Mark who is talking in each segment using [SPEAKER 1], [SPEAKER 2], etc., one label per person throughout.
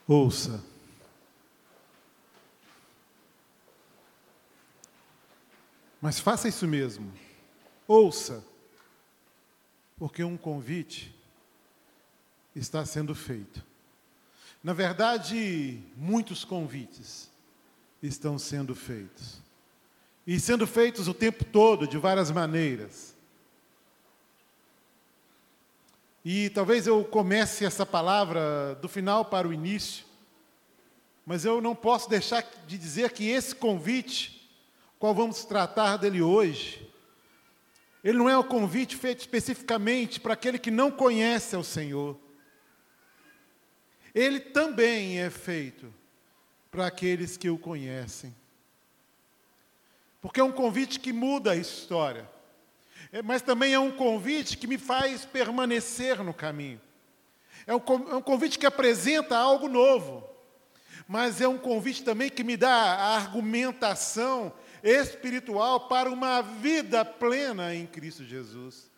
[SPEAKER 1] Ouça. Mas faça isso mesmo. Ouça. Porque um convite está sendo feito. Na verdade, muitos convites estão sendo feitos. E sendo feitos o tempo todo, de várias maneiras. E talvez eu comece essa palavra do final para o início, mas eu não posso deixar de dizer que esse convite, qual vamos tratar dele hoje, ele não é um convite feito especificamente para aquele que não conhece ao Senhor. Ele também é feito para aqueles que o conhecem. Porque é um convite que muda a história. Mas também é um convite que me faz permanecer no caminho. É um convite que apresenta algo novo. Mas é um convite também que me dá a argumentação espiritual para uma vida plena em Cristo Jesus.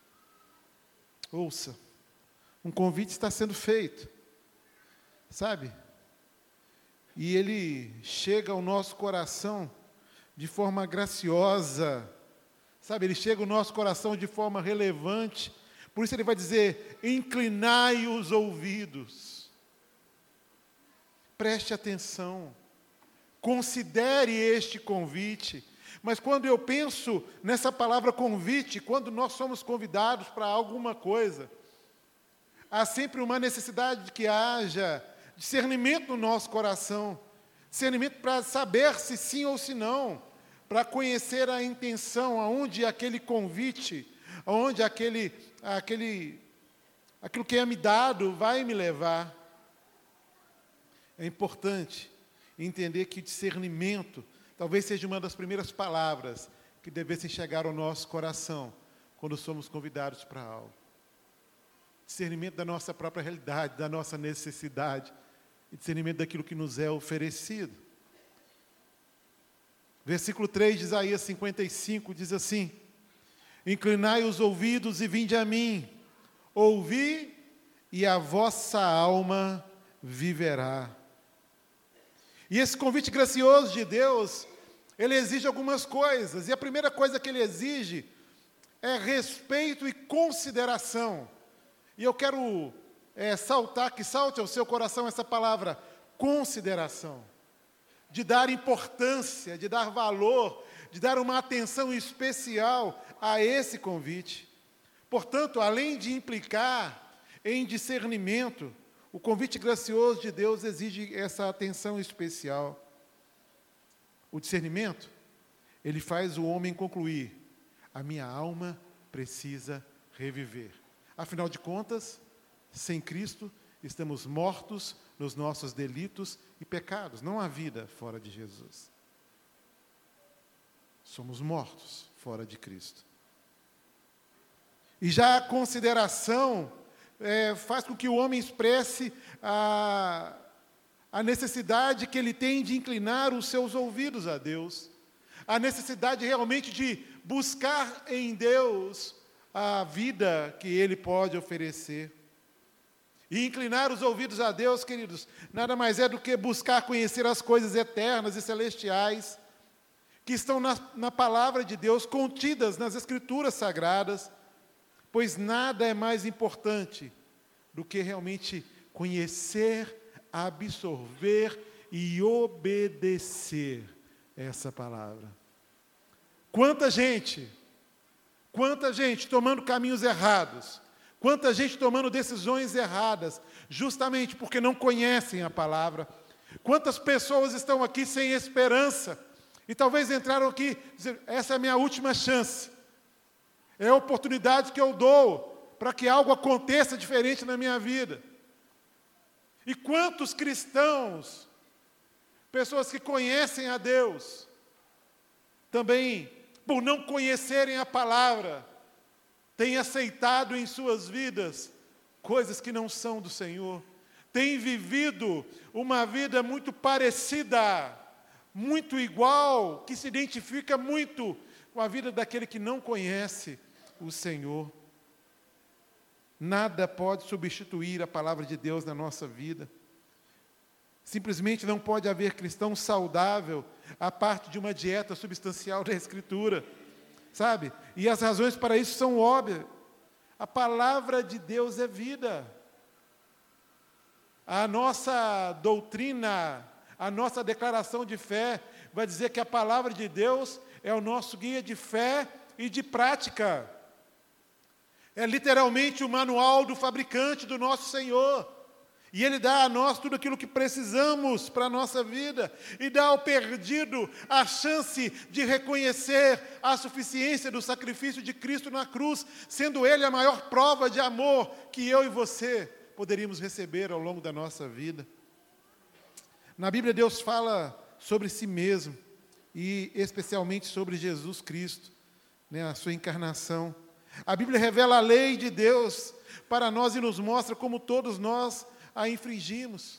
[SPEAKER 1] Ouça, um convite está sendo feito. Sabe? E ele chega ao nosso coração de forma graciosa. Sabe, ele chega ao nosso coração de forma relevante. Por isso ele vai dizer, inclinai os ouvidos. Preste atenção. Considere este convite. Mas quando eu penso nessa palavra convite, quando nós somos convidados para alguma coisa, há sempre uma necessidade de que haja discernimento no nosso coração. Discernimento para saber se sim ou se não. Para conhecer a intenção, aonde aquele convite, aonde aquilo que é me dado vai me levar. É importante entender que discernimento talvez seja uma das primeiras palavras que devessem chegar ao nosso coração quando somos convidados para algo. Discernimento da nossa própria realidade, da nossa necessidade, e discernimento daquilo que nos é oferecido. Versículo 3 de Isaías 55 diz assim, inclinai os ouvidos e vinde a mim, ouvi e a vossa alma viverá. E esse convite gracioso de Deus, ele exige algumas coisas, e a primeira coisa que ele exige é respeito e consideração. E eu quero que salte ao seu coração essa palavra, consideração. De dar importância, de dar valor, de dar uma atenção especial a esse convite. Portanto, além de implicar em discernimento, o convite gracioso de Deus exige essa atenção especial. O discernimento, ele faz o homem concluir, a minha alma precisa reviver. Afinal de contas, sem Cristo, estamos mortos nos nossos delitos e pecados. Não há vida fora de Jesus. Somos mortos fora de Cristo. E já a consideração faz com que o homem expresse a necessidade que ele tem de inclinar os seus ouvidos a Deus. A necessidade realmente de buscar em Deus a vida que Ele pode oferecer. E inclinar os ouvidos a Deus, queridos, nada mais é do que buscar conhecer as coisas eternas e celestiais que estão na palavra de Deus, contidas nas Escrituras Sagradas, pois nada é mais importante do que realmente conhecer, absorver e obedecer essa palavra. Quanta gente tomando caminhos errados, quanta gente tomando decisões erradas, justamente porque não conhecem a palavra. Quantas pessoas estão aqui sem esperança, e talvez entraram aqui e dizer, essa é a minha última chance. É a oportunidade que eu dou para que algo aconteça diferente na minha vida. E quantos cristãos, pessoas que conhecem a Deus, também, por não conhecerem a palavra, têm aceitado em suas vidas coisas que não são do Senhor. Têm vivido uma vida muito parecida, muito igual, que se identifica muito com a vida daquele que não conhece o Senhor. Nada pode substituir a palavra de Deus na nossa vida. Simplesmente não pode haver cristão saudável a parte de uma dieta substancial da Escritura, sabe? E as razões para isso são óbvias. A palavra de Deus é vida. A nossa doutrina, a nossa declaração de fé vai dizer que a palavra de Deus é o nosso guia de fé e de prática. É literalmente o manual do fabricante do nosso Senhor. E Ele dá a nós tudo aquilo que precisamos para a nossa vida. E dá ao perdido a chance de reconhecer a suficiência do sacrifício de Cristo na cruz, sendo Ele a maior prova de amor que eu e você poderíamos receber ao longo da nossa vida. Na Bíblia, Deus fala sobre si mesmo, e especialmente sobre Jesus Cristo, né, a sua encarnação. A Bíblia revela a lei de Deus para nós e nos mostra como todos nós a infringimos.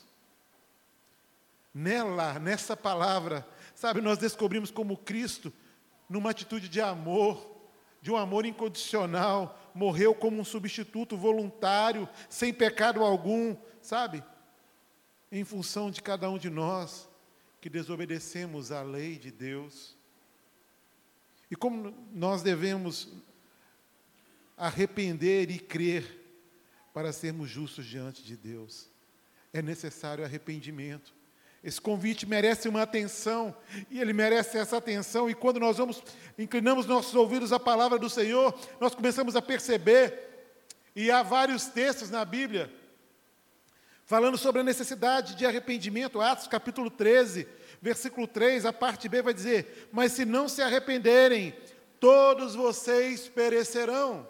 [SPEAKER 1] Nessa palavra, sabe, nós descobrimos como Cristo, numa atitude de amor, de um amor incondicional, morreu como um substituto voluntário, sem pecado algum, sabe? Em função de cada um de nós, que desobedecemos à lei de Deus. E como nós devemos arrepender e crer para sermos justos diante de Deus. É necessário arrependimento. Esse convite merece uma atenção, e ele merece essa atenção, e quando nós inclinamos nossos ouvidos à palavra do Senhor, nós começamos a perceber, e há vários textos na Bíblia, falando sobre a necessidade de arrependimento. Atos capítulo 13, versículo 3, a parte B vai dizer: mas se não se arrependerem, todos vocês perecerão.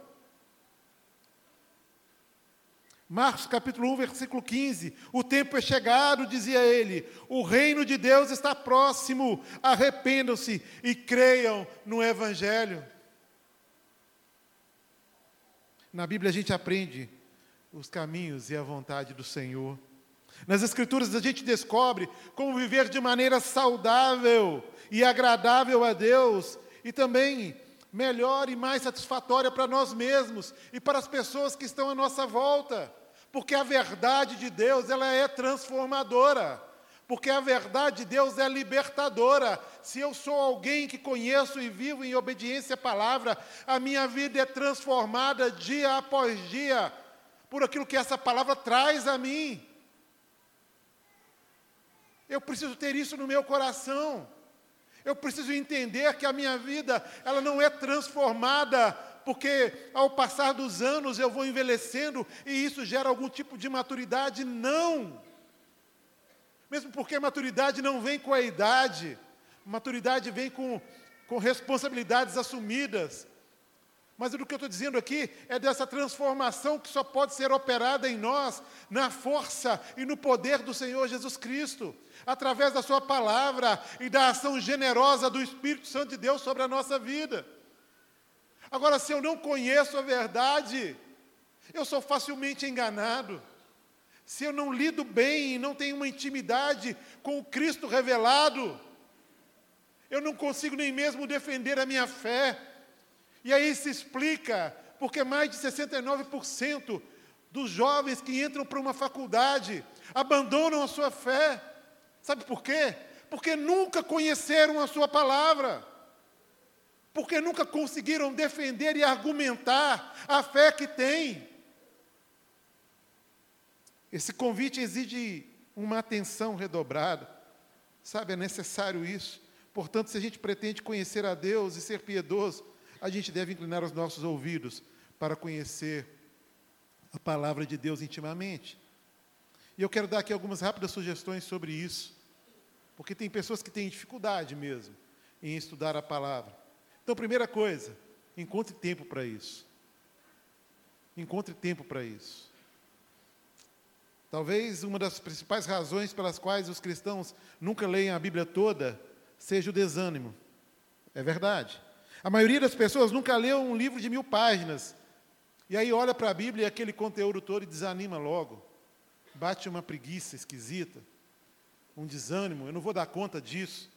[SPEAKER 1] Marcos capítulo 1, versículo 15, o tempo é chegado, dizia ele, o reino de Deus está próximo, arrependam-se e creiam no Evangelho. Na Bíblia a gente aprende os caminhos e a vontade do Senhor. Nas Escrituras a gente descobre como viver de maneira saudável e agradável a Deus, e também melhor e mais satisfatória para nós mesmos e para as pessoas que estão à nossa volta. Porque a verdade de Deus, ela é transformadora. Porque a verdade de Deus é libertadora. Se eu sou alguém que conheço e vivo em obediência à palavra, a minha vida é transformada dia após dia por aquilo que essa palavra traz a mim. Eu preciso ter isso no meu coração. Eu preciso entender que a minha vida, ela não é transformada, porque ao passar dos anos eu vou envelhecendo e isso gera algum tipo de maturidade. Não! Mesmo porque maturidade não vem com a idade, maturidade vem com responsabilidades assumidas. Mas o que eu estou dizendo aqui é dessa transformação que só pode ser operada em nós, na força e no poder do Senhor Jesus Cristo, através da sua palavra e da ação generosa do Espírito Santo de Deus sobre a nossa vida. Agora, se eu não conheço a verdade, eu sou facilmente enganado. Se eu não lido bem e não tenho uma intimidade com o Cristo revelado, eu não consigo nem mesmo defender a minha fé. E aí se explica porque mais de 69% dos jovens que entram para uma faculdade abandonam a sua fé. Sabe por quê? Porque nunca conheceram a sua palavra. Porque nunca conseguiram defender e argumentar a fé que têm. Esse convite exige uma atenção redobrada. Sabe, é necessário isso. Portanto, se a gente pretende conhecer a Deus e ser piedoso, a gente deve inclinar os nossos ouvidos para conhecer a palavra de Deus intimamente. E eu quero dar aqui algumas rápidas sugestões sobre isso, porque tem pessoas que têm dificuldade mesmo em estudar a palavra. Então, primeira coisa, encontre tempo para isso. Encontre tempo para isso. Talvez uma das principais razões pelas quais os cristãos nunca leem a Bíblia toda seja o desânimo. É verdade. A maioria das pessoas nunca leu um livro de 1000 páginas. E aí olha para a Bíblia e aquele conteúdo todo e desanima logo. Bate uma preguiça esquisita, um desânimo, eu não vou dar conta disso.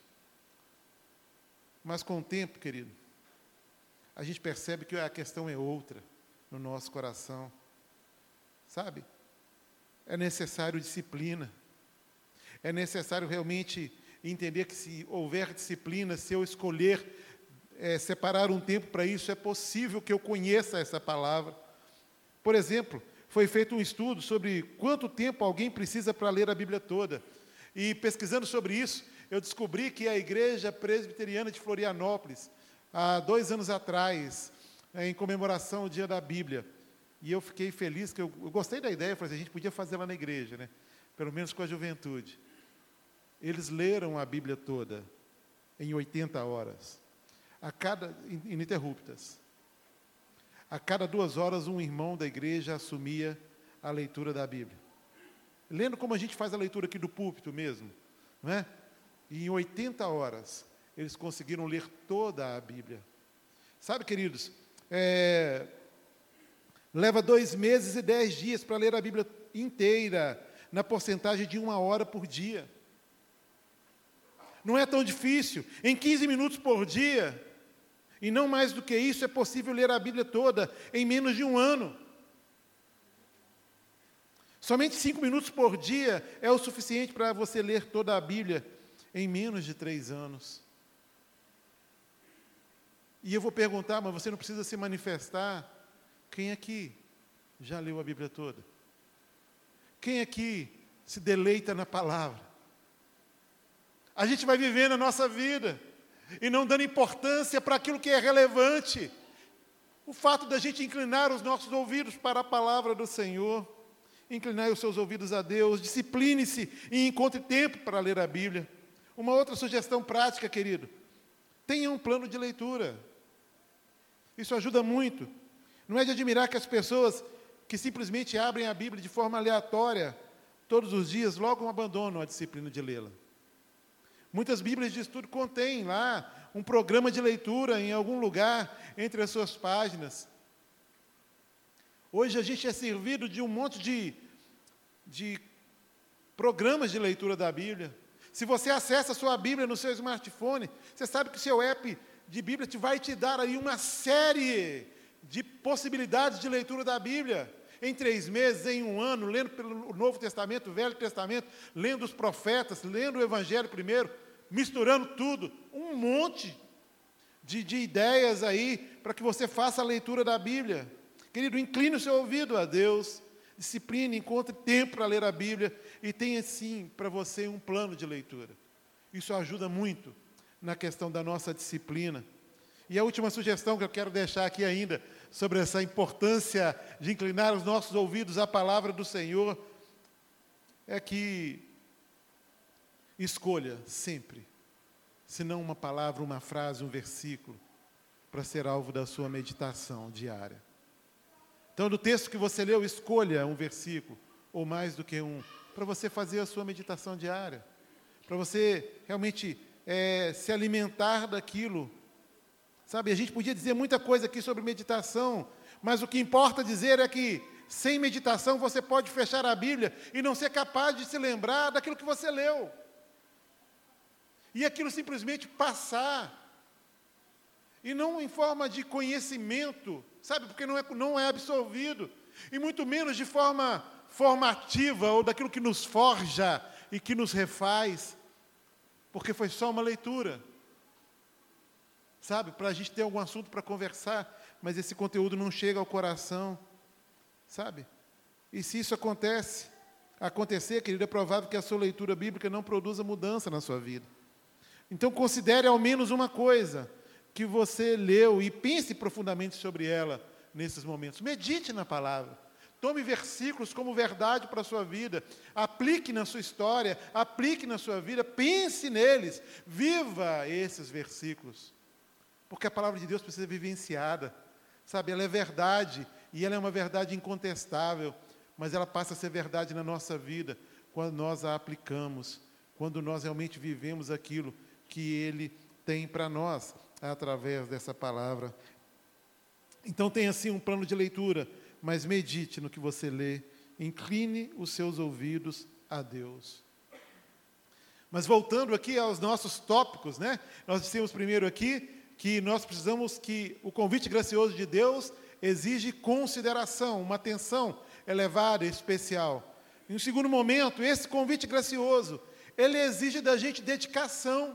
[SPEAKER 1] Mas com o tempo, querido, a gente percebe que a questão é outra no nosso coração. Sabe? É necessário disciplina. É necessário realmente entender que se houver disciplina, se eu escolher separar um tempo para isso, é possível que eu conheça essa palavra. Por exemplo, foi feito um estudo sobre quanto tempo alguém precisa para ler a Bíblia toda. E pesquisando sobre isso, eu descobri que a Igreja Presbiteriana de Florianópolis, há 2 anos atrás, em comemoração ao Dia da Bíblia, e eu fiquei feliz, que eu gostei da ideia, falei assim, a gente podia fazer lá na igreja, né? Pelo menos com a juventude. Eles leram a Bíblia toda em 80 horas, ininterruptas. A cada 2 horas, um irmão da igreja assumia a leitura da Bíblia. Lendo como a gente faz a leitura aqui do púlpito mesmo, não é? E em 80 horas, eles conseguiram ler toda a Bíblia. Sabe, queridos, leva 2 meses e 10 dias para ler a Bíblia inteira, na porcentagem de 1 hora por dia. Não é tão difícil. Em 15 minutos por dia, e não mais do que isso, é possível ler a Bíblia toda em menos de 1 ano. Somente 5 minutos por dia é o suficiente para você ler toda a Bíblia em menos de 3 anos. E eu vou perguntar, mas você não precisa se manifestar. Quem aqui já leu a Bíblia toda? Quem aqui se deleita na palavra? A gente vai vivendo a nossa vida e não dando importância para aquilo que é relevante. O fato da gente inclinar os nossos ouvidos para a palavra do Senhor, inclinar os seus ouvidos a Deus, discipline-se e encontre tempo para ler a Bíblia. Uma outra sugestão prática, querido, tenha um plano de leitura. Isso ajuda muito. Não é de admirar que as pessoas que simplesmente abrem a Bíblia de forma aleatória, todos os dias, logo abandonam a disciplina de lê-la. Muitas Bíblias de estudo contêm lá um programa de leitura em algum lugar entre as suas páginas. Hoje a gente é servido de um monte de programas de leitura da Bíblia. Se você acessa a sua Bíblia no seu smartphone, você sabe que o seu app de Bíblia vai te dar aí uma série de possibilidades de leitura da Bíblia. Em 3 meses, em 1 ano, lendo pelo Novo Testamento, o Velho Testamento, lendo os profetas, lendo o Evangelho primeiro, misturando tudo. Um monte de ideias aí para que você faça a leitura da Bíblia. Querido, incline o seu ouvido a Deus, discipline, encontre tempo para ler a Bíblia e tenha, sim, para você um plano de leitura. Isso ajuda muito na questão da nossa disciplina. E a última sugestão que eu quero deixar aqui ainda, sobre essa importância de inclinar os nossos ouvidos à palavra do Senhor, é que escolha sempre, se não uma palavra, uma frase, um versículo, para ser alvo da sua meditação diária. Então, no texto que você leu, escolha um versículo, ou mais do que um, para você fazer a sua meditação diária, para você realmente se alimentar daquilo. Sabe, a gente podia dizer muita coisa aqui sobre meditação, mas o que importa dizer é que, sem meditação, você pode fechar a Bíblia e não ser capaz de se lembrar daquilo que você leu. E aquilo simplesmente passar. E não em forma de conhecimento, sabe, porque não é absorvido. E muito menos de forma formativa, ou daquilo que nos forja e que nos refaz, porque foi só uma leitura. Sabe, para a gente ter algum assunto para conversar, mas esse conteúdo não chega ao coração, sabe? E se isso acontecer, querido, é provável que a sua leitura bíblica não produza mudança na sua vida. Então, considere ao menos uma coisa que você leu e pense profundamente sobre ela nesses momentos. Medite na palavra. Tome versículos como verdade para a sua vida. Aplique na sua história, aplique na sua vida, pense neles. Viva esses versículos. Porque a palavra de Deus precisa ser vivenciada, sabe? Ela é verdade, e ela é uma verdade incontestável, mas ela passa a ser verdade na nossa vida, quando nós a aplicamos, quando nós realmente vivemos aquilo que Ele tem para nós, através dessa palavra. Então tenha assim um plano de leitura, mas medite no que você lê, incline os seus ouvidos a Deus. Mas voltando aqui aos nossos tópicos, né? Nós dissemos primeiro aqui, que nós precisamos que o convite gracioso de Deus exige consideração, uma atenção elevada e especial. Em um segundo momento, esse convite gracioso, ele exige da gente dedicação.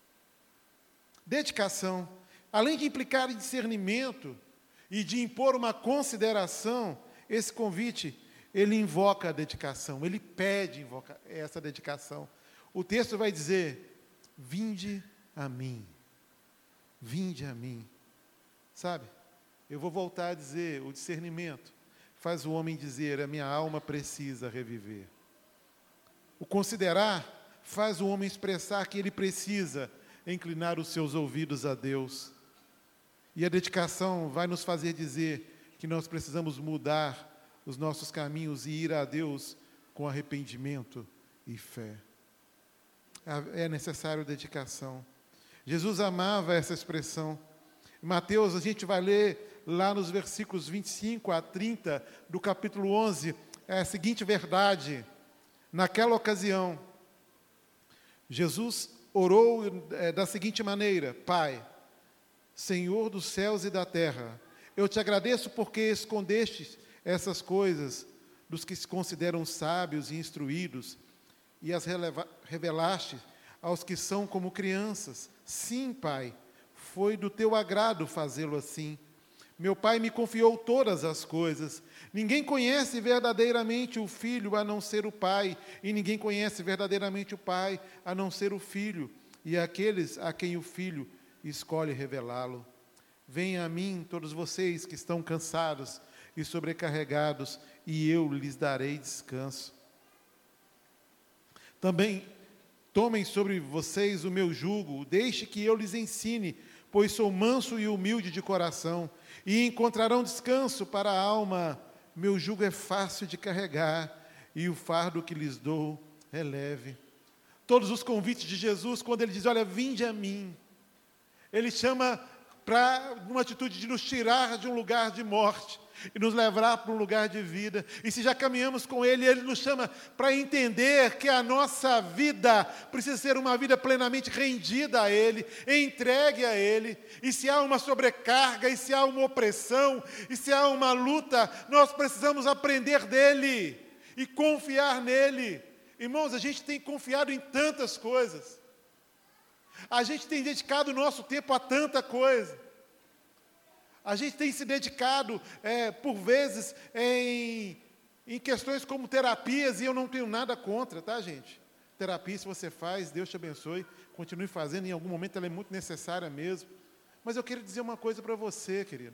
[SPEAKER 1] Dedicação. Além de implicar em discernimento e de impor uma consideração, esse convite, ele invoca a dedicação, ele pede essa dedicação. O texto vai dizer, vinde a mim, vinde a mim. Sabe, eu vou voltar a dizer, o discernimento faz o homem dizer, a minha alma precisa reviver. O considerar faz o homem expressar que ele precisa inclinar os seus ouvidos a Deus. E a dedicação vai nos fazer dizer que nós precisamos mudar os nossos caminhos e ir a Deus com arrependimento e fé. É necessário dedicação. Jesus amava essa expressão. Em Mateus, a gente vai ler lá nos versículos 25 a 30 do capítulo 11, é a seguinte verdade. Naquela ocasião, Jesus orou da seguinte maneira: Pai, Senhor dos céus e da terra, eu te agradeço porque escondestes essas coisas dos que se consideram sábios e instruídos e as revelaste aos que são como crianças. Sim, Pai, foi do teu agrado fazê-lo assim. Meu Pai me confiou todas as coisas. Ninguém conhece verdadeiramente o Filho a não ser o Pai, e ninguém conhece verdadeiramente o Pai a não ser o Filho, e aqueles a quem o Filho escolhe revelá-lo. Venham a mim, todos vocês que estão cansados e sobrecarregados, e eu lhes darei descanso. Também tomem sobre vocês o meu jugo, deixe que eu lhes ensine, pois sou manso e humilde de coração, e encontrarão descanso para a alma. Meu jugo é fácil de carregar, e o fardo que lhes dou é leve. Todos os convites de Jesus, quando ele diz, olha, vinde a mim, ele chama para uma atitude de nos tirar de um lugar de morte e nos levar para um lugar de vida. E se já caminhamos com Ele, Ele nos chama para entender que a nossa vida precisa ser uma vida plenamente rendida a Ele, entregue a Ele. E se há uma sobrecarga, e se há uma opressão, e se há uma luta, nós precisamos aprender dEle e confiar nele. Irmãos, a gente tem confiado em tantas coisas. A gente tem dedicado o nosso tempo a tanta coisa. A gente tem se dedicado, por vezes, em questões como terapias, e eu não tenho nada contra, tá, gente? Terapia, se você faz, Deus te abençoe, continue fazendo, em algum momento ela é muito necessária mesmo. Mas eu quero dizer uma coisa para você, querido.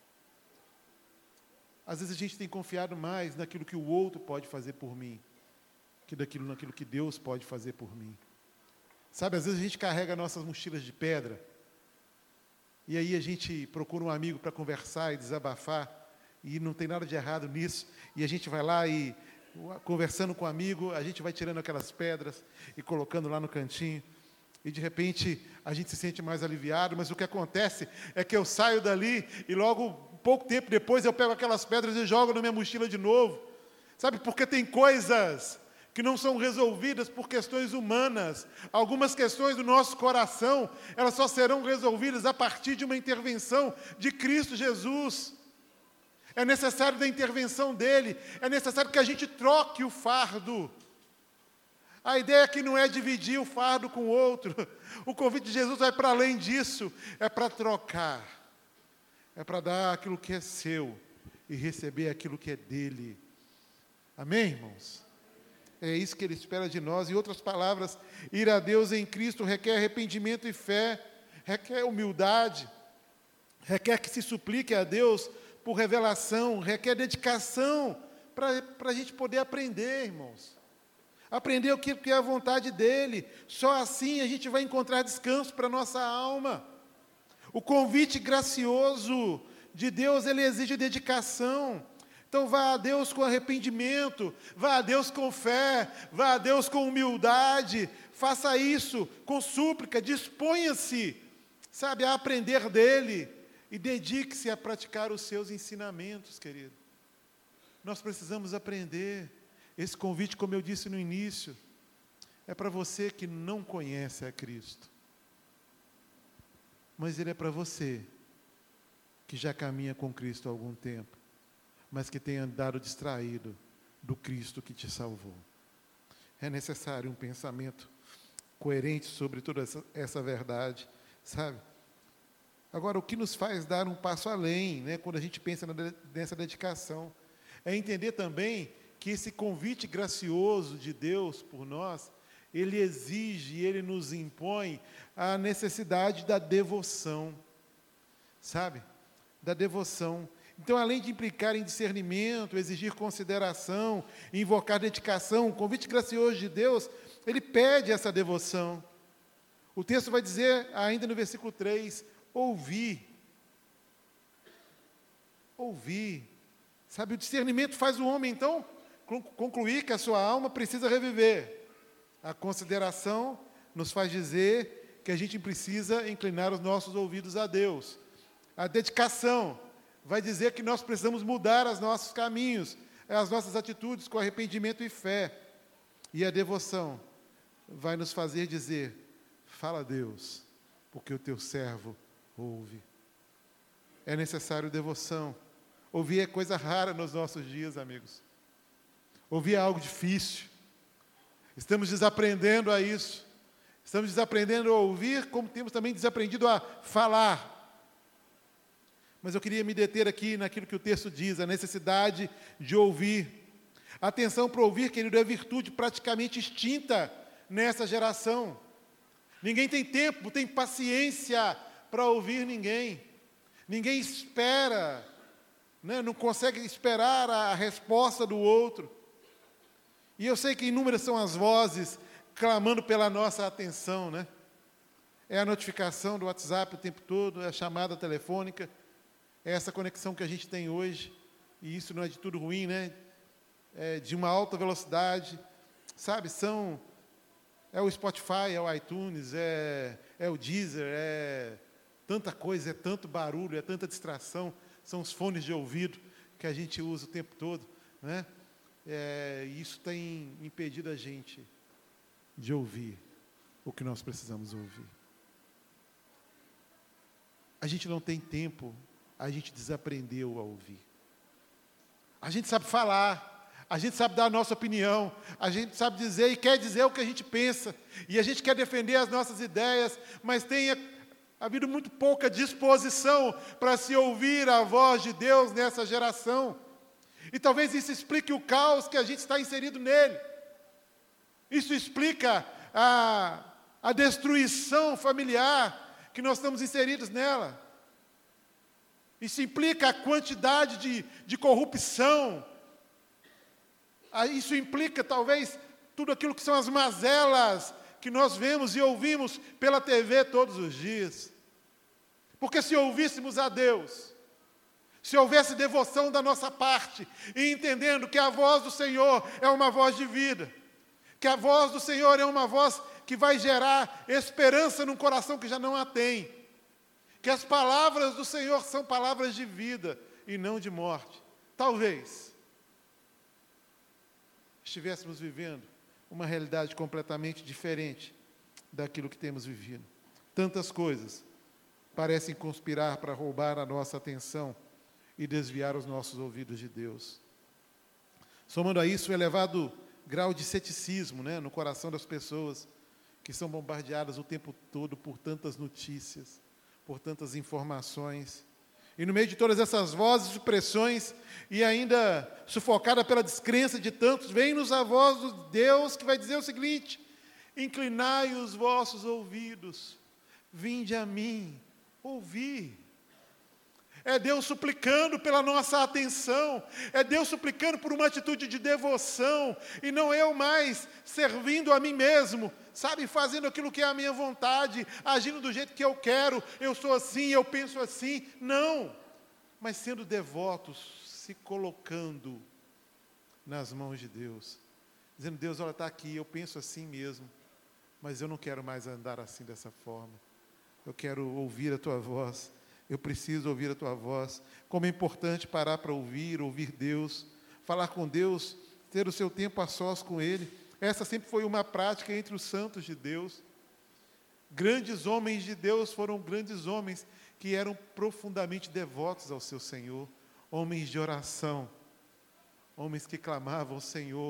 [SPEAKER 1] Às vezes a gente tem confiado mais naquilo que o outro pode fazer por mim, que naquilo que Deus pode fazer por mim. Sabe, às vezes a gente carrega nossas mochilas de pedra, e aí a gente procura um amigo para conversar e desabafar, e não tem nada de errado nisso, e a gente vai lá e, conversando com o amigo, a gente vai tirando aquelas pedras e colocando lá no cantinho, e de repente a gente se sente mais aliviado, mas o que acontece é que eu saio dali e logo, pouco tempo depois, eu pego aquelas pedras e jogo na minha mochila de novo. Sabe, porque tem coisas que não são resolvidas por questões humanas. Algumas questões do nosso coração, elas só serão resolvidas a partir de uma intervenção de Cristo Jesus. É necessário da intervenção dele, é necessário que a gente troque o fardo. A ideia aqui não é dividir o fardo com o outro. O convite de Jesus vai para além disso, é para trocar. É para dar aquilo que é seu e receber aquilo que é dele. Amém, irmãos? É isso que Ele espera de nós. Em outras palavras, ir a Deus em Cristo requer arrependimento e fé, requer humildade, requer que se suplique a Deus por revelação, requer dedicação para a gente poder aprender, irmãos. Aprender o que é a vontade dEle. Só assim a gente vai encontrar descanso para a nossa alma. O convite gracioso de Deus, ele exige dedicação. Então vá a Deus com arrependimento, vá a Deus com fé, vá a Deus com humildade, faça isso com súplica, disponha-se, sabe, a aprender dEle e dedique-se a praticar os seus ensinamentos, querido. Nós precisamos aprender. Esse convite, como eu disse no início, é para você que não conhece a Cristo, mas ele é para você que já caminha com Cristo há algum tempo, mas que tem andado distraído do Cristo que te salvou. É necessário um pensamento coerente sobre toda essa verdade, sabe? Agora, o que nos faz dar um passo além, né, quando a gente pensa nessa dedicação, é entender também que esse convite gracioso de Deus por nós, ele exige, ele nos impõe a necessidade da devoção, sabe? Da devoção. Então, além de implicar em discernimento, exigir consideração, invocar dedicação, o convite gracioso de Deus, ele pede essa devoção. O texto vai dizer, ainda no versículo 3, ouvir. Ouvir. Sabe, o discernimento faz o homem, então, concluir que a sua alma precisa reviver. A consideração nos faz dizer que a gente precisa inclinar os nossos ouvidos a Deus. A dedicação vai dizer que nós precisamos mudar os nossos caminhos, as nossas atitudes com arrependimento e fé. E a devoção vai nos fazer dizer, fala a Deus, porque o teu servo ouve. É necessário devoção. Ouvir é coisa rara nos nossos dias, amigos. Ouvir é algo difícil. Estamos desaprendendo a isso. Estamos desaprendendo a ouvir, como temos também desaprendido a falar. Mas eu queria me deter aqui naquilo que o texto diz, a necessidade de ouvir. A atenção para ouvir, querido, é virtude praticamente extinta nessa geração. Ninguém tem tempo, tem paciência para ouvir ninguém. Ninguém espera, né? Não consegue esperar a resposta do outro. E eu sei que inúmeras são as vozes clamando pela nossa atenção, né? É a notificação do WhatsApp o tempo todo, é a chamada telefônica, é essa conexão que a gente tem hoje, e isso não é de tudo ruim, né? É de uma alta velocidade, sabe? É o Spotify, é o iTunes, é o Deezer, é tanta coisa, é tanto barulho, é tanta distração, são os fones de ouvido que a gente usa o tempo todo, né? Isso tem impedido a gente de ouvir o que nós precisamos ouvir. A gente não tem tempo, a gente desaprendeu a ouvir. A gente sabe falar, a gente sabe dar a nossa opinião, a gente sabe dizer e quer dizer o que a gente pensa, e a gente quer defender as nossas ideias, mas tem havido muito pouca disposição para se ouvir a voz de Deus nessa geração. E talvez isso explique o caos que a gente está inserido nele. Isso explica a destruição familiar que nós estamos inseridos nela. Isso implica a quantidade de corrupção. Isso implica, talvez, tudo aquilo que são as mazelas que nós vemos e ouvimos pela TV todos os dias. Porque se ouvíssemos a Deus, se houvesse devoção da nossa parte, e entendendo que a voz do Senhor é uma voz de vida, que a voz do Senhor é uma voz que vai gerar esperança num coração que já não a tem, que as palavras do Senhor são palavras de vida e não de morte, talvez estivéssemos vivendo uma realidade completamente diferente daquilo que temos vivido. Tantas coisas parecem conspirar para roubar a nossa atenção e desviar os nossos ouvidos de Deus. Somando a isso o elevado grau de ceticismo, né, no coração das pessoas que são bombardeadas o tempo todo por tantas notícias, por tantas informações. E no meio de todas essas vozes e pressões, e ainda sufocada pela descrença de tantos, vem-nos a voz de Deus que vai dizer o seguinte: inclinai os vossos ouvidos, vinde a mim, ouvi. É Deus suplicando pela nossa atenção, é Deus suplicando por uma atitude de devoção, e não eu mais servindo a mim mesmo, sabe, fazendo aquilo que é a minha vontade, agindo do jeito que eu quero, eu sou assim, eu penso assim, não, mas sendo devotos, se colocando nas mãos de Deus, dizendo: Deus, olha, está aqui, eu penso assim mesmo, mas eu não quero mais andar assim dessa forma, eu quero ouvir a tua voz. Eu preciso ouvir a tua voz. Como é importante parar para ouvir Deus, falar com Deus, ter o seu tempo a sós com Ele. Essa sempre foi uma prática entre os santos de Deus. Grandes homens de Deus foram grandes homens que eram profundamente devotos ao seu Senhor. Homens de oração, homens que clamavam ao Senhor,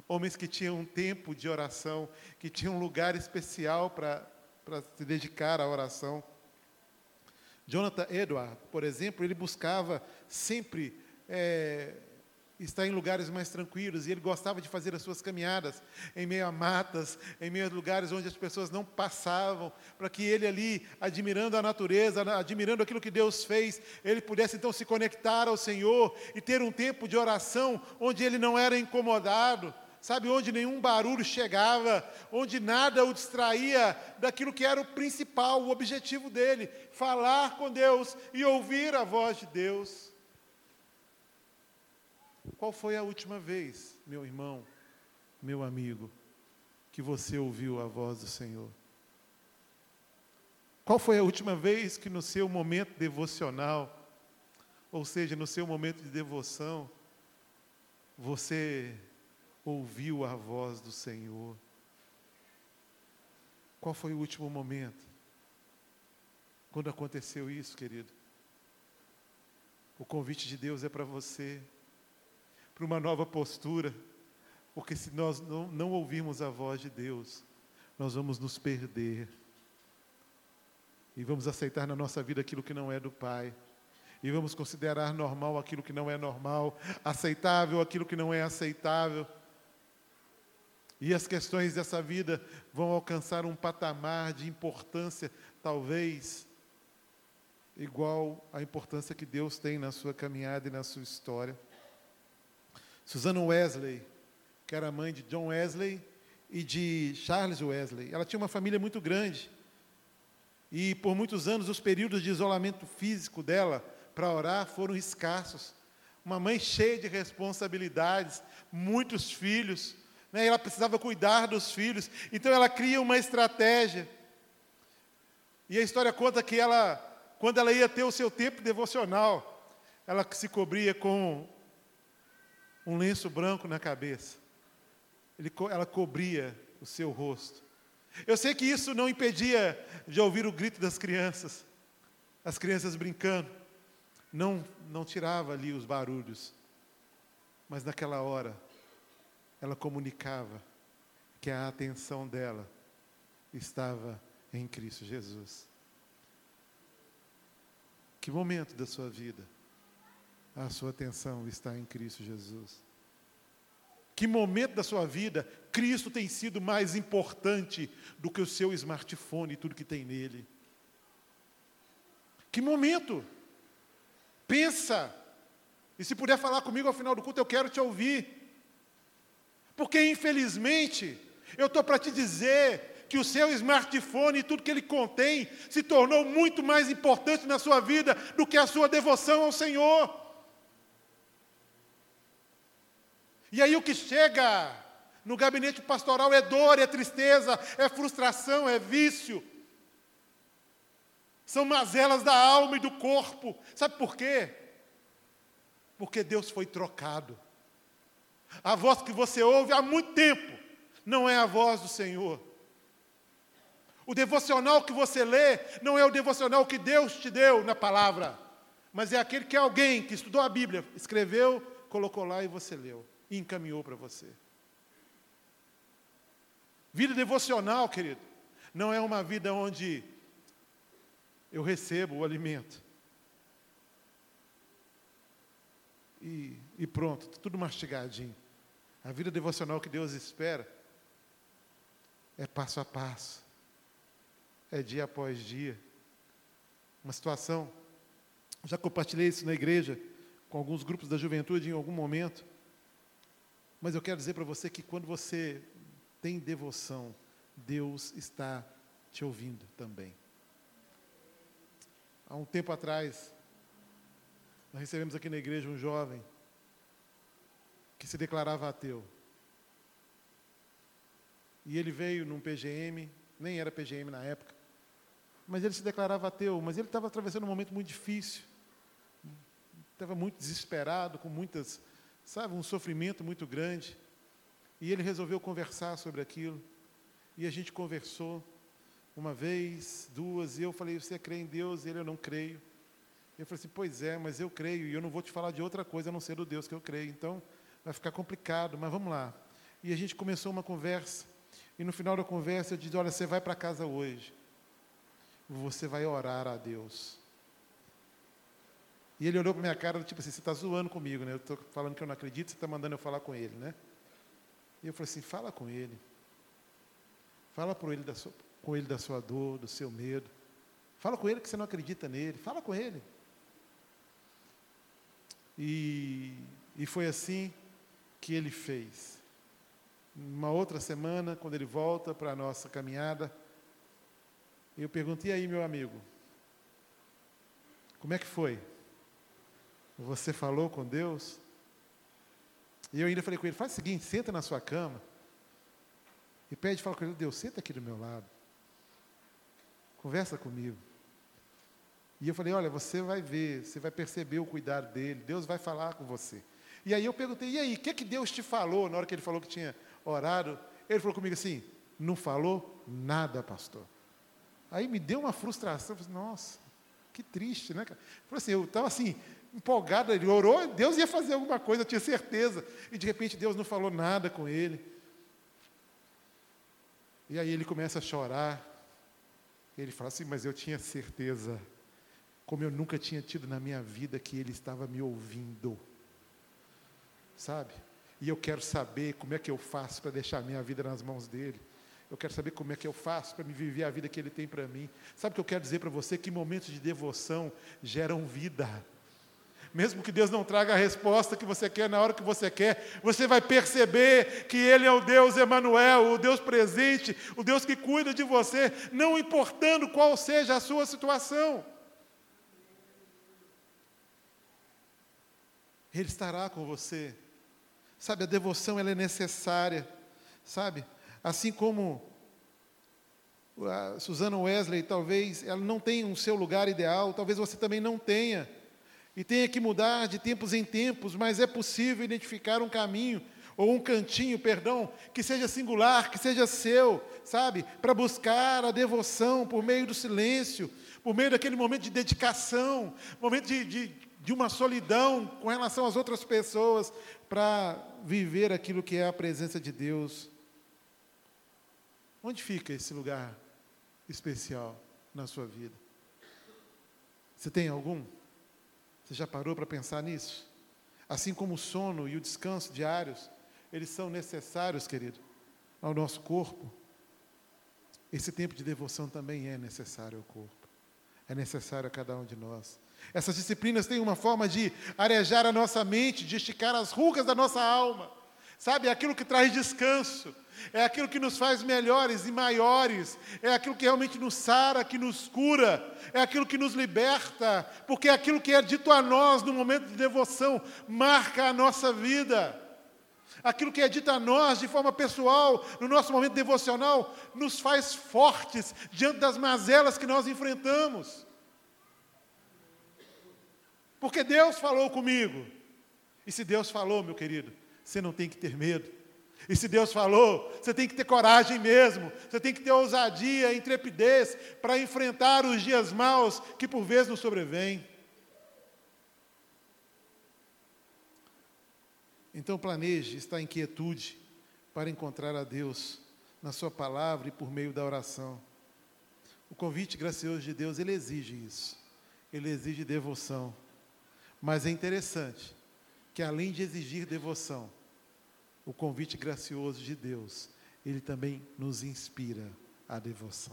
[SPEAKER 1] homens que tinham um tempo de oração, que tinham um lugar especial para se dedicar à oração. Jonathan Edwards, por exemplo, ele buscava sempre estar em lugares mais tranquilos, e ele gostava de fazer as suas caminhadas em meio a matas, em meio a lugares onde as pessoas não passavam, para que ele ali, admirando a natureza, admirando aquilo que Deus fez, ele pudesse então se conectar ao Senhor e ter um tempo de oração onde ele não era incomodado, sabe, onde nenhum barulho chegava, onde nada o distraía daquilo que era o principal, o objetivo dele, falar com Deus e ouvir a voz de Deus. Qual foi a última vez, meu irmão, meu amigo, que você ouviu a voz do Senhor? Qual foi a última vez que no seu momento devocional, ou seja, no seu momento de devoção, você ouviu a voz do Senhor? Qual foi o último momento? Quando aconteceu isso, querido? O convite de Deus é para você, para uma nova postura, porque se nós não ouvirmos a voz de Deus, nós vamos nos perder, e vamos aceitar na nossa vida aquilo que não é do Pai, e vamos considerar normal aquilo que não é normal, aceitável aquilo que não é aceitável, e as questões dessa vida vão alcançar um patamar de importância, talvez, igual à importância que Deus tem na sua caminhada e na sua história. Susanna Wesley, que era mãe de John Wesley e de Charles Wesley, ela tinha uma família muito grande, e por muitos anos os períodos de isolamento físico dela para orar foram escassos. Uma mãe cheia de responsabilidades, muitos filhos, né? Ela precisava cuidar dos filhos, então ela cria uma estratégia, e a história conta que ela, quando ela ia ter o seu tempo devocional, ela se cobria com um lenço branco na cabeça. Ela cobria o seu rosto. Eu sei que isso não impedia de ouvir o grito das crianças, as crianças brincando. Não tirava ali os barulhos. Mas naquela hora, ela comunicava que a atenção dela estava em Cristo Jesus. Que momento da sua vida a sua atenção está em Cristo Jesus? Que momento da sua vida Cristo tem sido mais importante do que o seu smartphone e tudo que tem nele? Que momento? Pensa. E se puder falar comigo ao final do culto, eu quero te ouvir. Porque infelizmente, eu estou para te dizer que o seu smartphone e tudo que ele contém se tornou muito mais importante na sua vida do que a sua devoção ao Senhor. E aí o que chega no gabinete pastoral é dor, é tristeza, é frustração, é vício. São mazelas da alma e do corpo. Sabe por quê? Porque Deus foi trocado. A voz que você ouve há muito tempo não é a voz do Senhor. O devocional que você lê não é o devocional que Deus te deu na palavra, mas é aquele que alguém que estudou a Bíblia, escreveu, colocou lá e você leu. E encaminhou para você. Vida devocional, querido, não é uma vida onde eu recebo o alimento e pronto, tudo mastigadinho. A vida devocional que Deus espera é passo a passo, é dia após dia. Uma situação, já compartilhei isso na igreja com alguns grupos da juventude em algum momento. Mas eu quero dizer para você que quando você tem devoção, Deus está te ouvindo também. Há um tempo atrás, nós recebemos aqui na igreja um jovem que se declarava ateu. E ele veio num PGM, nem era PGM na época, mas ele se declarava ateu, mas ele estava atravessando um momento muito difícil. Estava muito desesperado, com muitas... um sofrimento muito grande. E ele resolveu conversar sobre aquilo. E a gente conversou uma vez, duas, e eu falei, você crê em Deus? E ele, eu não creio. Eu falei assim, pois é, mas eu creio, e eu não vou te falar de outra coisa a não ser do Deus que eu creio. Então, vai ficar complicado, mas vamos lá. E a gente começou uma conversa. E no final da conversa eu disse, olha, você vai para casa hoje. Você vai orar a Deus. E ele olhou para minha cara, tipo assim, você está zoando comigo, né? Eu estou falando que eu não acredito, você está mandando eu falar com ele, né? E eu falei assim, fala com ele. Fala com ele da sua dor, do seu medo. Fala com ele que você não acredita nele. Fala com ele. E foi assim que ele fez. Uma outra semana, quando ele volta para a nossa caminhada, eu pergunto, e aí, meu amigo? Como é que foi? Você falou com Deus? E eu ainda falei com ele, faz o seguinte, senta na sua cama e pede, fala com ele, Deus, senta aqui do meu lado. Conversa comigo. E eu falei, olha, você vai ver, você vai perceber o cuidado dele, Deus vai falar com você. E aí eu perguntei, e aí, o que Deus te falou na hora que ele falou que tinha orado? Ele falou comigo assim, não falou nada, pastor. Aí me deu uma frustração, eu falei, nossa, que triste, né, cara? Eu estava assim, empolgado, ele orou, Deus ia fazer alguma coisa, eu tinha certeza. E de repente Deus não falou nada com ele. E aí ele começa a chorar. Ele fala assim, mas eu tinha certeza, como eu nunca tinha tido na minha vida, que ele estava me ouvindo. Sabe? E eu quero saber como é que eu faço para deixar a minha vida nas mãos dele. Eu quero saber como é que eu faço para me viver a vida que ele tem para mim. Sabe o que eu quero dizer para você? Que momentos de devoção geram vida. Mesmo que Deus não traga a resposta que você quer na hora que você quer, você vai perceber que Ele é o Deus Emanuel, o Deus presente, o Deus que cuida de você, não importando qual seja a sua situação. Ele estará com você. Sabe, a devoção ela é necessária. Sabe, assim como a Susana Wesley, talvez ela não tenha um seu lugar ideal, talvez você também não tenha. E tenha que mudar de tempos em tempos, mas é possível identificar um caminho, ou um cantinho, perdão, que seja singular, que seja seu, sabe? Para buscar a devoção por meio do silêncio, por meio daquele momento de dedicação, momento de uma solidão com relação às outras pessoas, para viver aquilo que é a presença de Deus. Onde fica esse lugar especial na sua vida? Você tem algum? Você já parou para pensar nisso? Assim como o sono e o descanso diários, eles são necessários, querido, ao nosso corpo. Esse tempo de devoção também é necessário ao corpo. É necessário a cada um de nós. Essas disciplinas têm uma forma de arejar a nossa mente, de esticar as rugas da nossa alma. Sabe, é aquilo que traz descanso. É aquilo que nos faz melhores e maiores, é aquilo que realmente nos sara, que nos cura, é aquilo que nos liberta, porque é aquilo que é dito a nós no momento de devoção, marca a nossa vida. Aquilo que é dito a nós de forma pessoal, no nosso momento devocional, nos faz fortes diante das mazelas que nós enfrentamos. Porque Deus falou comigo. E se Deus falou, meu querido, você não tem que ter medo. E se Deus falou, você tem que ter coragem mesmo, você tem que ter ousadia, intrepidez para enfrentar os dias maus que por vezes nos sobrevêm. Então planeje estar em quietude para encontrar a Deus na sua palavra e por meio da oração. O convite gracioso de Deus, ele exige isso, ele exige devoção. Mas é interessante que além de exigir devoção, o convite gracioso de Deus, ele também nos inspira à devoção.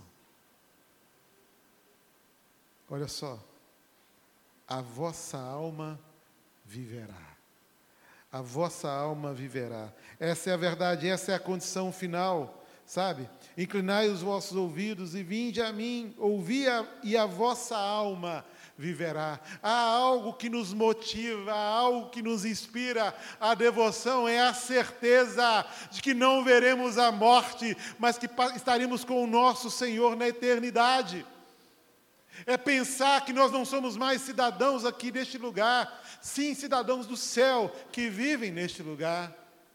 [SPEAKER 1] Olha só, a vossa alma viverá. A vossa alma viverá. Essa é a verdade, essa é a condição final, sabe? Inclinai os vossos ouvidos e vinde a mim, ouvi e a vossa alma viverá. Há algo que nos motiva, há algo que nos inspira. A devoção é a certeza de que não veremos a morte, mas que estaremos com o nosso Senhor na eternidade. É pensar que nós não somos mais cidadãos aqui neste lugar, sim, cidadãos do céu que vivem neste lugar.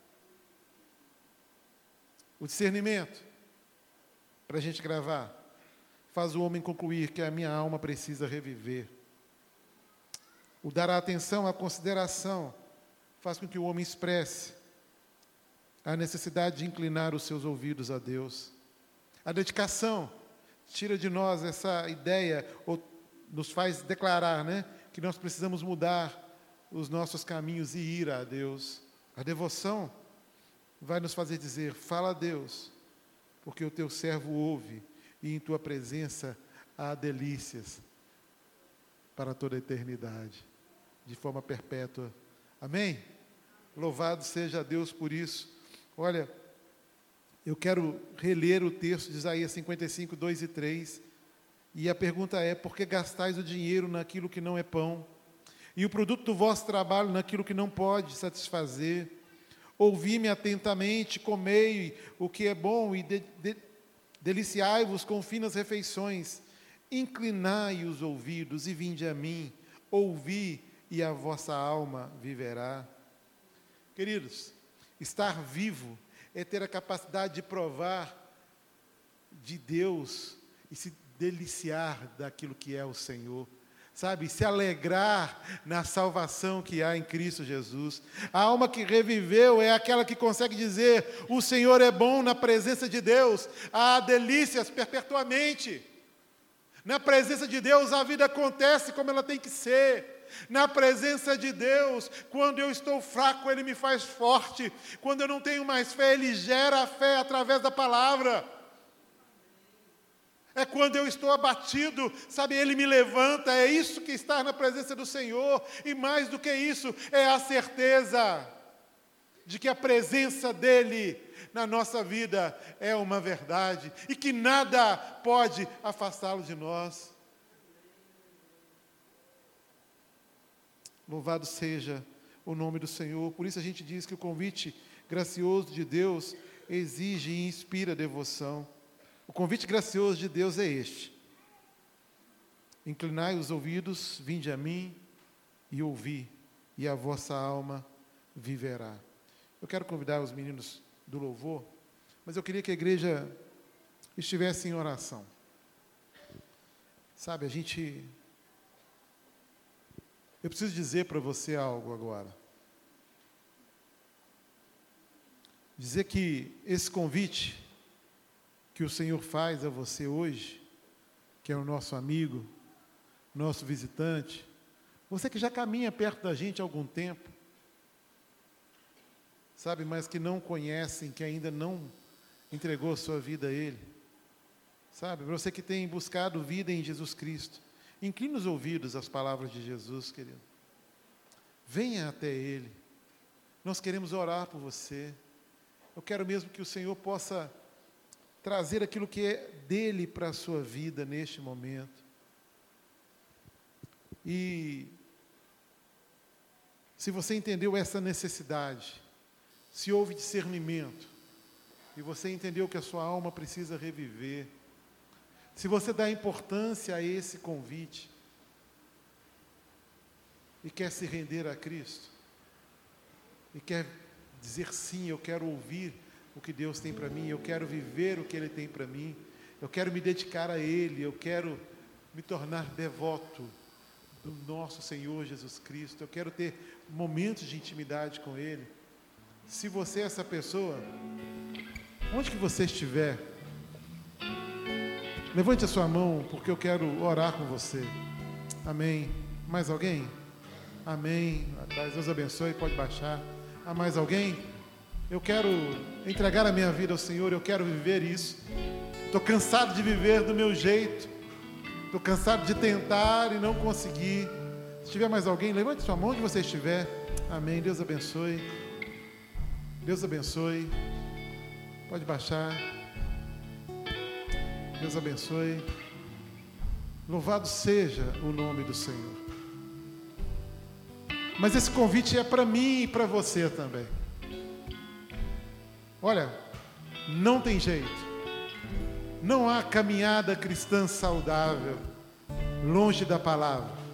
[SPEAKER 1] O discernimento, para a gente gravar, faz o homem concluir que a minha alma precisa reviver. O dar a atenção, a consideração, faz com que o homem expresse a necessidade de inclinar os seus ouvidos a Deus. A dedicação tira de nós essa ideia, ou nos faz declarar, que nós precisamos mudar os nossos caminhos e ir a Deus. A devoção vai nos fazer dizer: fala a Deus, porque o teu servo ouve, e em tua presença há delícias para toda a eternidade, de forma perpétua. Amém? Louvado seja Deus por isso. Olha, eu quero reler o texto de Isaías 55, 2 e 3, e a pergunta é: por que gastais o dinheiro naquilo que não é pão, e o produto do vosso trabalho naquilo que não pode satisfazer? Ouvi-me atentamente, comei o que é bom, e deliciai-vos com finas refeições. Inclinai os ouvidos e vinde a mim, ouvi, e a vossa alma viverá. Queridos, estar vivo é ter a capacidade de provar de Deus e se deliciar daquilo que é o Senhor, sabe? Se alegrar na salvação que há em Cristo Jesus. A alma que reviveu é aquela que consegue dizer: o Senhor é bom. Na presença de Deus há delícias perpetuamente. Na presença de Deus a vida acontece como ela tem que ser. Na presença de Deus, quando eu estou fraco, Ele me faz forte. Quando eu não tenho mais fé, Ele gera a fé através da palavra. É quando eu estou abatido, sabe, Ele me levanta. É isso que está na presença do Senhor. E mais do que isso, é a certeza de que a presença dEle na nossa vida é uma verdade, e que nada pode afastá-lo de nós. Louvado seja o nome do Senhor. Por isso a gente diz que o convite gracioso de Deus exige e inspira devoção. O convite gracioso de Deus é este: inclinai os ouvidos, vinde a mim e ouvi, e a vossa alma viverá. Eu quero convidar os meninos do louvor, mas eu queria que a igreja estivesse em oração. Sabe, eu preciso dizer para você algo agora. Dizer que esse convite que o Senhor faz a você hoje, que é o nosso amigo, nosso visitante, você que já caminha perto da gente há algum tempo, sabe, mas que não conhecem, que ainda não entregou sua vida a Ele, sabe, você que tem buscado vida em Jesus Cristo, incline os ouvidos às palavras de Jesus, querido. Venha até Ele. Nós queremos orar por você. Eu quero mesmo que o Senhor possa trazer aquilo que é dEle para a sua vida neste momento. E se você entendeu essa necessidade, se houve discernimento, e você entendeu que a sua alma precisa reviver, se você dá importância a esse convite, e quer se render a Cristo, e quer dizer sim, eu quero ouvir o que Deus tem para mim, eu quero viver o que Ele tem para mim, eu quero me dedicar a Ele, eu quero me tornar devoto do nosso Senhor Jesus Cristo, eu quero ter momentos de intimidade com Ele. Se você é essa pessoa, onde que você estiver, levante a sua mão, porque eu quero orar com você. Amém. Mais alguém? Amém. Deus abençoe, pode baixar. Há mais alguém? Eu quero entregar a minha vida ao Senhor, eu quero viver isso. Estou cansado de viver do meu jeito. Estou cansado de tentar e não conseguir. Se tiver mais alguém, levante sua mão onde você estiver. Amém. Deus abençoe. Deus abençoe. Pode baixar. Deus abençoe. Louvado seja o nome do Senhor. Mas esse convite é para mim e para você também. Olha, não tem jeito. Não há caminhada cristã saudável longe da palavra.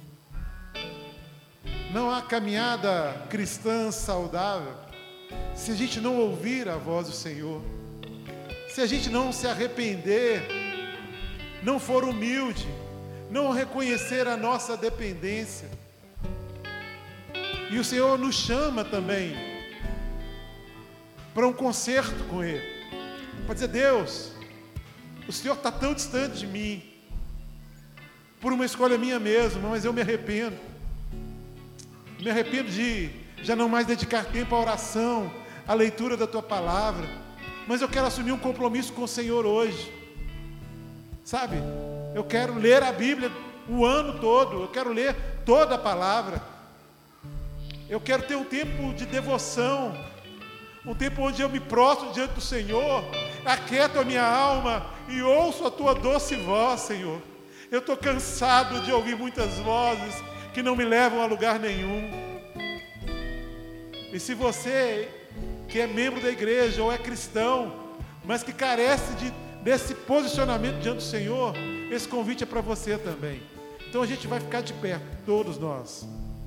[SPEAKER 1] Não há caminhada cristã saudável se a gente não ouvir a voz do Senhor, se a gente não se arrepender, não for humilde, não reconhecer a nossa dependência. E o Senhor nos chama também para um concerto com Ele. Para dizer: Deus, o Senhor está tão distante de mim, por uma escolha minha mesmo, mas eu me arrependo. Me arrependo de já não mais dedicar tempo à oração, à leitura da Tua Palavra, mas eu quero assumir um compromisso com o Senhor hoje. Sabe, eu quero ler a Bíblia o ano todo, eu quero ler toda a Palavra. Eu quero ter um tempo de devoção, um tempo onde eu me prostro diante do Senhor, aquieto a minha alma e ouço a Tua doce voz, Senhor. Eu estou cansado de ouvir muitas vozes que não me levam a lugar nenhum. E se você que é membro da igreja ou é cristão, mas que carece desse posicionamento diante do Senhor, esse convite é para você também. Então a gente vai ficar de pé, todos nós.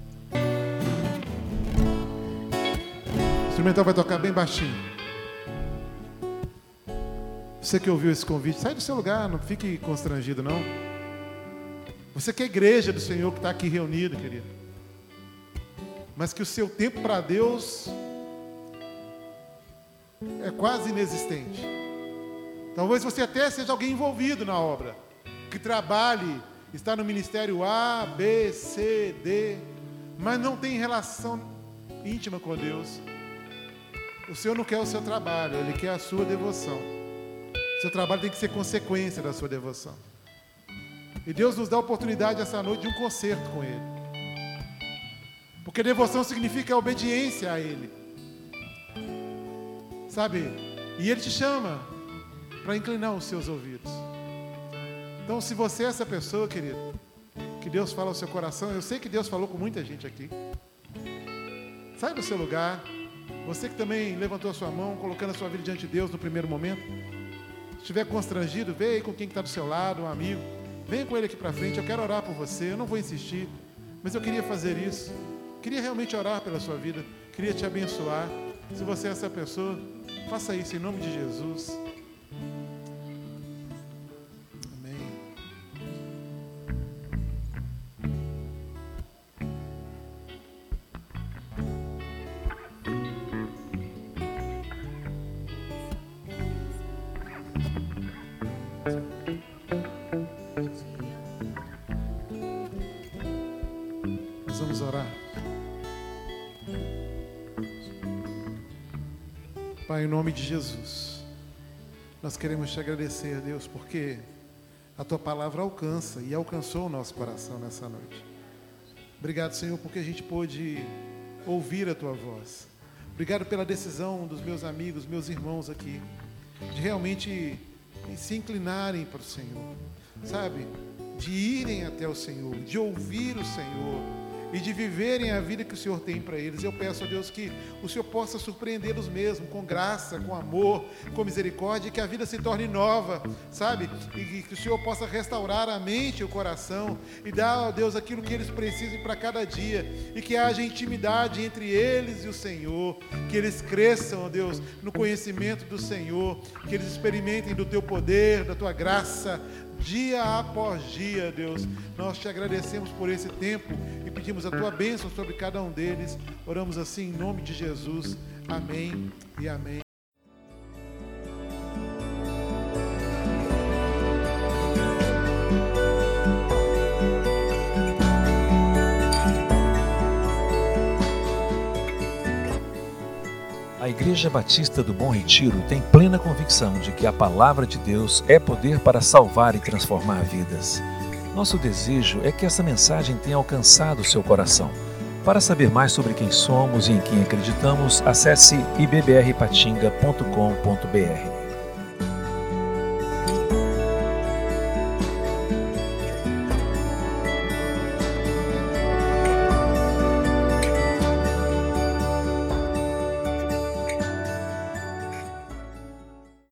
[SPEAKER 1] O instrumental vai tocar bem baixinho. Você que ouviu esse convite, sai do seu lugar, não fique constrangido não. Você que é a igreja do Senhor que está aqui reunido, querido, mas que o seu tempo para Deus é quase inexistente. Talvez você até seja alguém envolvido na obra, que trabalhe, está no ministério A, B, C, D, mas não tem relação íntima com Deus. O Senhor não quer o seu trabalho, Ele quer a sua devoção. O seu trabalho tem que ser consequência da sua devoção. E Deus nos dá a oportunidade essa noite de um concerto com Ele. Porque devoção significa obediência a Ele. Sabe? E Ele te chama para inclinar os seus ouvidos. Então, se você é essa pessoa, querido, que Deus fala ao seu coração, eu sei que Deus falou com muita gente aqui. Sai do seu lugar. Você que também levantou a sua mão, colocando a sua vida diante de Deus no primeiro momento. Se estiver constrangido, vê aí com quem está do seu lado, um amigo. Venha com ele aqui para frente, eu quero orar por você, eu não vou insistir, mas eu queria fazer isso. Queria realmente orar pela sua vida, queria te abençoar. Se você é essa pessoa, faça isso em nome de Jesus. Amém. Nós vamos orar. Pai, em nome de Jesus, nós queremos te agradecer, Deus, porque a Tua palavra alcança e alcançou o nosso coração nessa noite. Obrigado, Senhor, porque a gente pôde ouvir a Tua voz. Obrigado pela decisão dos meus amigos, meus irmãos aqui, de realmente se inclinarem para o Senhor, sabe? De irem até o Senhor, de ouvir o Senhor e de viverem a vida que o Senhor tem para eles. Eu peço a Deus que o Senhor possa surpreendê-los mesmo, com graça, com amor, com misericórdia, e que a vida se torne nova, sabe? E que o Senhor possa restaurar a mente e o coração e dar a Deus aquilo que eles precisem para cada dia, e que haja intimidade entre eles e o Senhor, que eles cresçam, ó Deus, no conhecimento do Senhor, que eles experimentem do Teu poder, da Tua graça, dia após dia, Deus. Nós te agradecemos por esse tempo e pedimos a Tua bênção sobre cada um deles. Oramos assim em nome de Jesus. Amém e amém.
[SPEAKER 2] A Igreja Batista do Bom Retiro tem plena convicção de que a Palavra de Deus é poder para salvar e transformar vidas. Nosso desejo é que essa mensagem tenha alcançado o seu coração. Para saber mais sobre quem somos e em quem acreditamos, acesse ibbrpatinga.com.br.